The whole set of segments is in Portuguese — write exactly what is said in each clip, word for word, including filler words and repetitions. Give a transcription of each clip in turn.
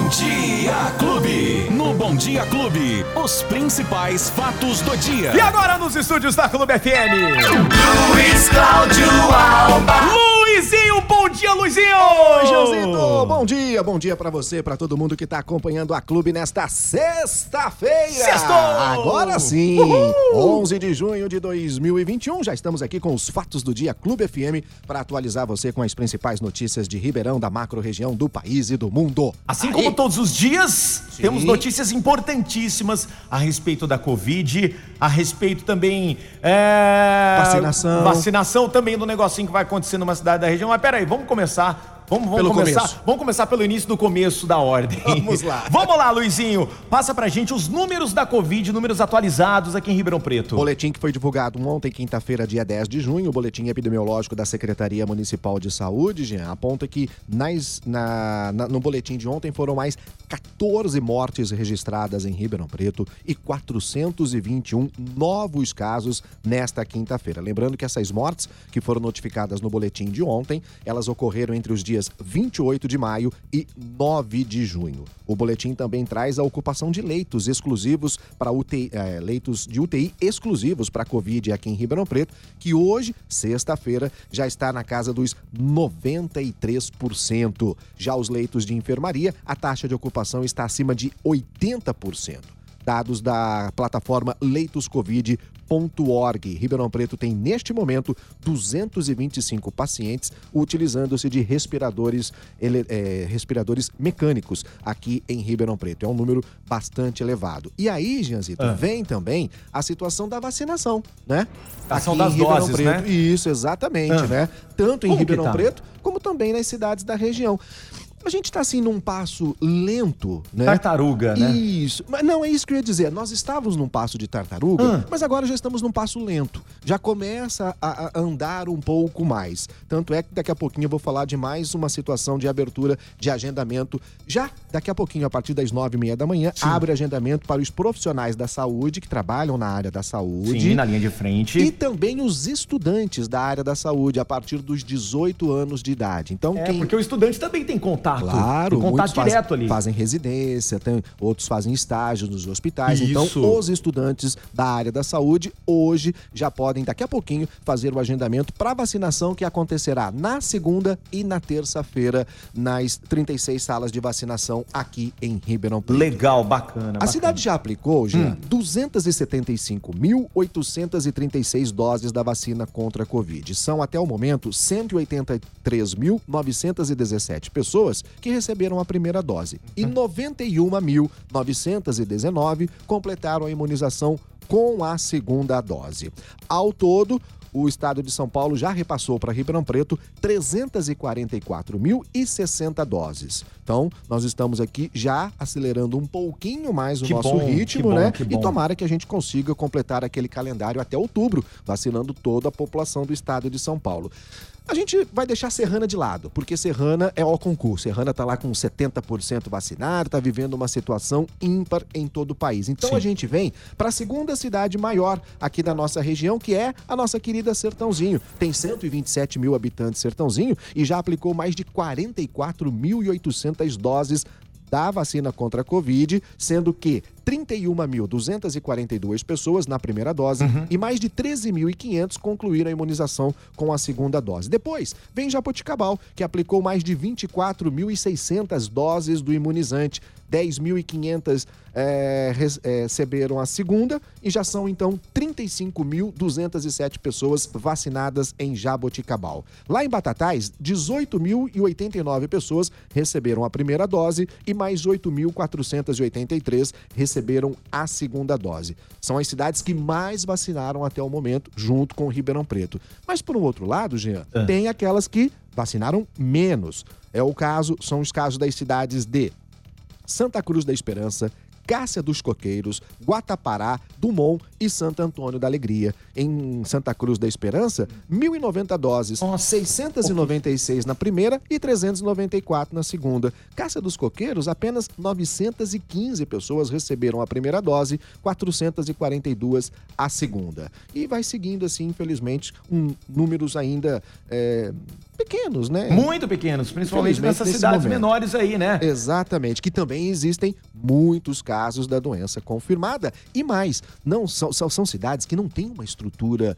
Dia Clube. No Bom Dia Clube, os principais fatos do dia. E agora nos estúdios da Clube F M, Luiz Cláudio Alba. Luizinho, bom dia, Luizinho! Oi, Joãozito, bom dia, bom dia pra você, pra todo mundo que tá acompanhando a Clube nesta sexta-feira. Sextou! Agora sim, Uhul! onze de junho de dois mil e vinte e um, já estamos aqui com os fatos do dia Clube F M para atualizar você com as principais notícias de Ribeirão, da macro-região, do país e do mundo. Assim Aí. como todos os dias, Sim. temos notícias importantíssimas a respeito da Covid, a respeito também... É... Vacinação. Vacinação também do negocinho que vai acontecer numa cidade da região. Mas peraí, vamos começar... Vamos, vamos, Pelo começar, começo. vamos começar pelo início do começo da ordem. Vamos lá. Vamos lá, Luizinho. Passa pra gente os números da Covid, números atualizados aqui em Ribeirão Preto. Boletim que foi divulgado ontem, quinta-feira, dia dez de junho, o boletim epidemiológico da Secretaria Municipal de Saúde, Jean, aponta que nas, na, na, no boletim de ontem foram mais quatorze mortes registradas em Ribeirão Preto e quatrocentos e vinte e um novos casos nesta quinta-feira. Lembrando que essas mortes que foram notificadas no boletim de ontem, elas ocorreram entre os dias vinte e oito de maio e nove de junho. O boletim também traz a ocupação de leitos exclusivos para U T I, é, leitos de U T I exclusivos para Covid aqui em Ribeirão Preto, que hoje, sexta-feira, já está na casa dos noventa e três por cento. Já os leitos de enfermaria, a taxa de ocupação está acima de oitenta por cento. Dados da plataforma leitos covid ponto org. Ribeirão Preto tem, neste momento, duzentos e vinte e cinco pacientes utilizando-se de respiradores, ele, é, respiradores mecânicos aqui em Ribeirão Preto. É um número bastante elevado. E aí, Gianzito, ah. vem também a situação da vacinação, né? Ação das doses, Preto. né? Isso, exatamente, ah. né? Tanto em como Ribeirão tá? Preto, como também nas cidades da região. A gente tá assim num passo lento, né? Tartaruga, né? Isso. Mas não, é isso que eu ia dizer. Nós estávamos num passo de tartaruga, Ah. mas agora já estamos num passo lento. Já começa a, a andar um pouco mais. Tanto é que daqui a pouquinho eu vou falar de mais uma situação de abertura de agendamento. Já daqui a pouquinho, a partir das nove e meia da manhã, Sim. abre agendamento para os profissionais da saúde que trabalham na área da saúde. Sim, na linha de frente. E também os estudantes da área da saúde a partir dos dezoito anos de idade. Então, é, quem... porque o estudante também tem contato. Claro, tem contato muitos direto faz, ali. fazem residência, tem, outros fazem estágios nos hospitais. Isso. Então, os estudantes da área da saúde hoje já podem, daqui a pouquinho, fazer o agendamento para vacinação que acontecerá na segunda e na terça-feira nas trinta e seis salas de vacinação aqui em Ribeirão Preto. Legal, bacana. A bacana. cidade já aplicou, já, hum. duzentos e setenta e cinco mil, oitocentos e trinta e seis doses da vacina contra a Covid. São, até o momento, cento e oitenta e três mil, novecentos e dezessete pessoas que receberam a primeira dose. E noventa e um mil, novecentos e dezenove completaram a imunização com a segunda dose. Ao todo, o estado de São Paulo já repassou para Ribeirão Preto trezentos e quarenta e quatro mil e sessenta doses. Então, nós estamos aqui já acelerando um pouquinho mais o que nosso bom, ritmo, que bom, né? que bom. E tomara que a gente consiga completar aquele calendário até outubro, vacinando toda a população do estado de São Paulo. A gente vai deixar Serrana de lado, porque Serrana é o concurso. Serrana tá lá com setenta por cento vacinado, tá vivendo uma situação ímpar em todo o país. Então Sim. a gente vem para a segunda cidade maior aqui da nossa região, que é a nossa querida Sertãozinho. Tem cento e vinte e sete mil habitantes Sertãozinho e já aplicou mais de quarenta e quatro mil e oitocentas doses da vacina contra a Covid, sendo que trinta e um mil, duzentos e quarenta e duas pessoas na primeira dose uhum. e mais de treze mil e quinhentos concluíram a imunização com a segunda dose. Depois, vem Jaboticabal, que aplicou mais de vinte e quatro mil e seiscentas doses do imunizante. dez mil e quinhentas é, receberam a segunda e já são, então, trinta e cinco mil duzentas e sete pessoas vacinadas em Jaboticabal. Lá em Batatais, dezoito mil e oitenta e nove pessoas receberam a primeira dose e mais oito mil quatrocentas e oitenta e três receberam a segunda dose. São as cidades que mais vacinaram até o momento, junto com o Ribeirão Preto. Mas, por um outro lado, Jean, é. tem aquelas que vacinaram menos. É o caso, são os casos das cidades de Santa Cruz da Esperança, Cássia dos Coqueiros, Guatapará, Dumont e Santo Antônio da Alegria. Em Santa Cruz da Esperança, mil e noventa doses, Nossa, seiscentos e noventa e seis na primeira e trezentos e noventa e quatro na segunda. Cássia dos Coqueiros, apenas novecentas e quinze pessoas receberam a primeira dose, quatrocentas e quarenta e duas a segunda. E vai seguindo assim, infelizmente, um, números ainda é, pequenos, né? Muito pequenos, principalmente nessas cidades momento. menores aí, né? Exatamente, que também existem muitos casos da doença confirmada. E mais, não são, são, são cidades que não têm uma estrutura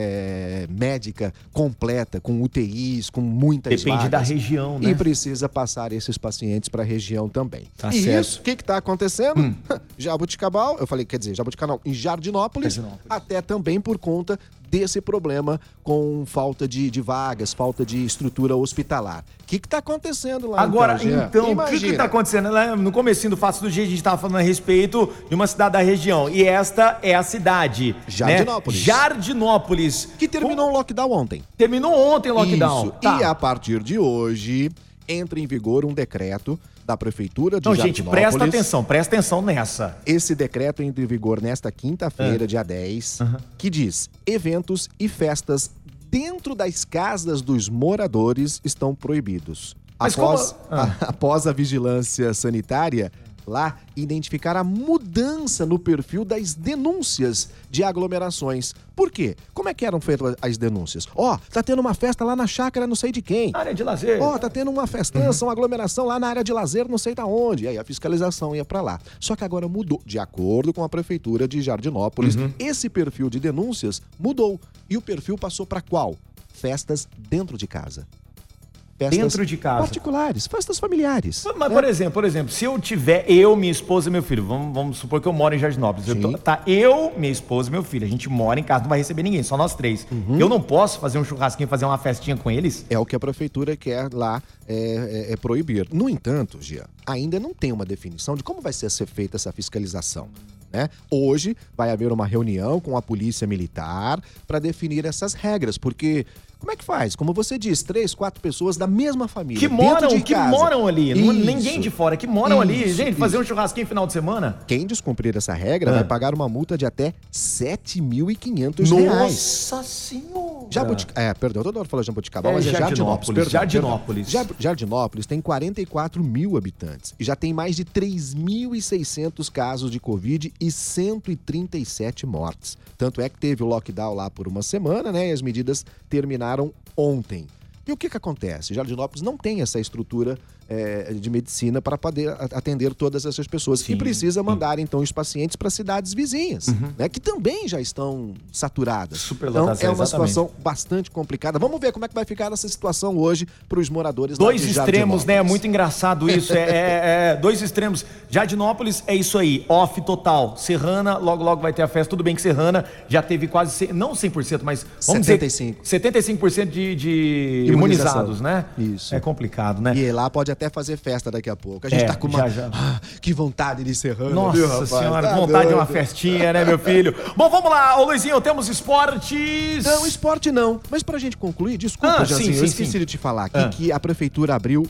é, médica completa, com U T Is, com muitas Depende vagas. da região, né? E precisa passar esses pacientes para a região também. Tá e certo. isso, o que está acontecendo? Hum. Jabuticabal, eu falei, quer dizer, Jabuticabal, em Jardinópolis, Jardinópolis, até também por conta desse problema com falta de, de vagas, falta de estrutura hospitalar. O que está acontecendo lá? Agora, então, então, o que que tá acontecendo? Lá no comecinho do Fato do Dia, a gente estava falando a respeito de uma cidade da região. E esta é a cidade. Jardinópolis. Né? Jardinópolis. Que terminou o lockdown ontem. Terminou ontem o lockdown. Isso. Tá. E a partir de hoje, entra em vigor um decreto da Prefeitura de Não, gente, Jardinópolis. presta atenção, presta atenção nessa. Esse decreto entra em vigor nesta quinta-feira, Ah. dia dez, Aham. que diz: eventos e festas dentro das casas dos moradores estão proibidos. Mas Após, como- Ah. a, após a vigilância sanitária, lá identificar a mudança no perfil das denúncias de aglomerações. Por quê? Como é que eram feitas as denúncias? Ó, tá tendo uma festa lá na chácara não sei de quem. Área de lazer. Ó, tá tendo uma festança, uma aglomeração lá na área de lazer, não sei da onde. E aí a fiscalização ia pra lá. Só que agora mudou. De acordo com a Prefeitura de Jardinópolis, esse perfil de denúncias mudou. E o perfil passou pra qual? Festas dentro de casa. Festas Dentro de casa. particulares, festas familiares. Mas, né? por exemplo, por exemplo, se eu tiver eu, minha esposa e meu filho, vamos, vamos supor que eu moro em Jardinópolis. Eu tô- Sim. tá eu, minha esposa e meu filho. A gente mora em casa, não vai receber ninguém, só nós três. Uhum. Eu não posso fazer um churrasquinho, fazer uma festinha com eles? É o que a prefeitura quer lá é, é- é proibir. No entanto, Gia, ainda não tem uma definição de como vai ser ser feita essa fiscalização. Né? Hoje vai haver uma reunião com a polícia militar para definir essas regras, porque como é que faz? Como você diz, três, quatro pessoas da mesma família. Que dentro moram, de que casa. moram ali. Não- Isso. ninguém de fora, que moram ali. Isso, Gente, fazer isso. um churrasquinho final de semana? Quem descumprir essa regra Ah. vai pagar uma multa de até sete mil e quinhentos reais. Nossa Senhora! Jabutic... É, perdão, toda hora fala Jabuticabal, É mas é Jardinópolis, Jardinópolis. Perdão, Jardinópolis. perdão. Jab- Jardinópolis tem quarenta e quatro mil habitantes e já tem mais de três mil e seiscentos casos de Covid e cento e trinta e sete mortes. Tanto é que teve o lockdown lá por uma semana, né? E as medidas terminaram ontem. E o que que acontece? Jardinópolis não tem essa estrutura é, de medicina para poder a- atender todas essas pessoas. Sim, e precisa sim. mandar, então, os pacientes para cidades vizinhas, né? Que também já estão saturadas. Superlotadas, Então, é uma exatamente. situação bastante complicada. Vamos ver como é que vai ficar essa situação hoje para os moradores Dois lá de extremos, né? Jardinópolis. Muito engraçado isso. É, é- é dois extremos. Jardinópolis é isso aí, off total. Serrana, logo logo vai ter a festa. Tudo bem que Serrana já teve quase, ce- não cem por cento, mas vamos setenta e cinco. dizer setenta e cinco por cento de, de Imunização. imunizados, né? Isso. É complicado, né? E lá pode até fazer festa daqui a pouco. A gente É, tá com uma... já, já. Ah, que vontade de Serrana, Nossa viu, rapaz? senhora, Tá vontade de uma doido. festinha, né, meu filho? Bom, vamos lá, ô Luizinho, temos esportes. Não, esporte não. Mas pra gente concluir, desculpa, Ah, Janzinho, sim, eu sim, esqueci sim. de te falar aqui Ah. que a prefeitura abriu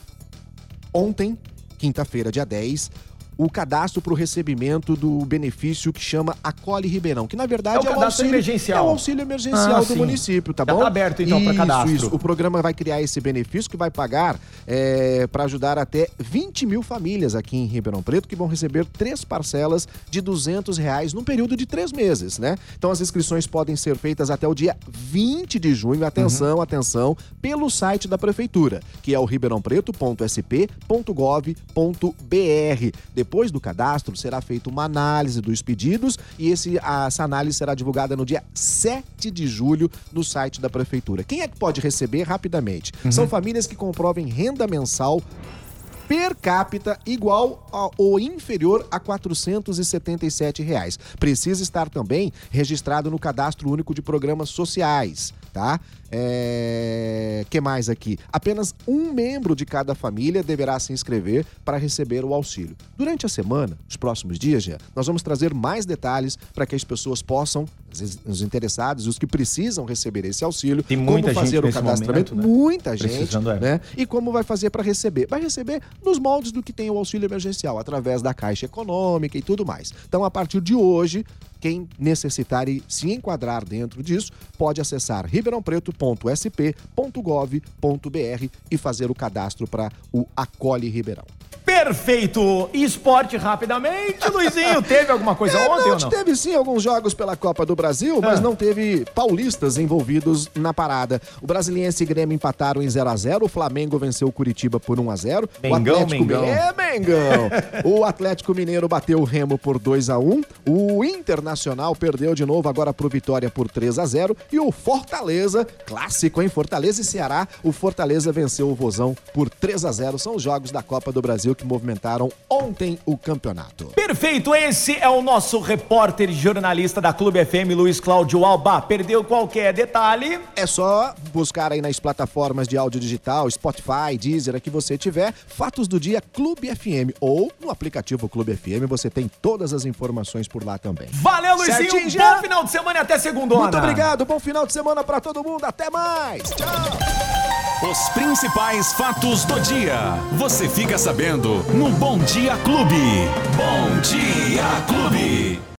ontem, quinta-feira, dia dez, o cadastro para o recebimento do benefício que chama Acolhe Ribeirão, que na verdade É o é, o cadastro auxílio emergencial. É o auxílio emergencial Ah, do sim. município, tá Já bom? tá aberto, então, pra Isso, cadastro. Isso. O programa vai criar esse benefício que vai pagar é, para ajudar até vinte mil famílias aqui em Ribeirão Preto que vão receber três parcelas de duzentos reais num período de três meses, né? Então as inscrições podem ser feitas até o dia vinte de junho, atenção, atenção, pelo site da prefeitura, que é o ribeirão preto ponto s p ponto gov ponto b r. Depois do cadastro, será feita uma análise dos pedidos e esse, essa análise será divulgada no dia sete de julho no site da prefeitura. Quem é que pode receber rapidamente? São famílias que comprovem renda mensal per capita igual a, ou inferior a quatrocentos e setenta e sete reais. Precisa estar também registrado no Cadastro Único de Programas Sociais. tá? É... que mais aqui? Apenas um membro de cada família deverá se inscrever para receber o auxílio. Durante a semana, os próximos dias, já, nós vamos trazer mais detalhes para que as pessoas possam, os interessados, os que precisam receber esse auxílio, Tem muita como fazer gente o cadastramento, momento, né? muita gente, Precisando, é. né? E como vai fazer para receber? Vai receber nos moldes do que tem o auxílio emergencial, através da Caixa Econômica e tudo mais. Então, a partir de hoje, quem necessitar e se enquadrar dentro disso, pode acessar ribeirão preto ponto s p ponto gov ponto b r e fazer o cadastro para o Acolhe Ribeirão. Perfeito! Esporte rapidamente, Luizinho, teve alguma coisa É, ontem não, ou não? Teve sim alguns jogos pela Copa do Brasil, mas Ah. não teve paulistas envolvidos na parada. O Brasiliense e Grêmio empataram em zero a zero, o Flamengo venceu o Curitiba por um a zero. Mengão, o Atlético Mengão. É, Mengão! O Atlético Mineiro bateu o Remo por dois a um. O Internacional perdeu de novo agora pro Vitória por três a zero. E o Fortaleza, clássico, hein? Fortaleza e Ceará. O Fortaleza venceu o Vozão por três a zero. São os jogos da Copa do Brasil que movimentaram ontem o campeonato. Perfeito, esse é o nosso repórter e jornalista da Clube F M, Luiz Cláudio Alba. Perdeu qualquer detalhe? É só buscar aí nas plataformas de áudio digital, Spotify, Deezer, a que você tiver, Fatos do Dia Clube F M. Ou no aplicativo Clube F M, você tem todas as informações por lá também. Valeu, Luizinho! Certinho, já? Bom final de semana e até segundona! Muito obrigado, bom final de semana pra todo mundo, até mais! Tchau! Os principais fatos do dia. Você fica sabendo no Bom Dia Clube. Bom Dia Clube.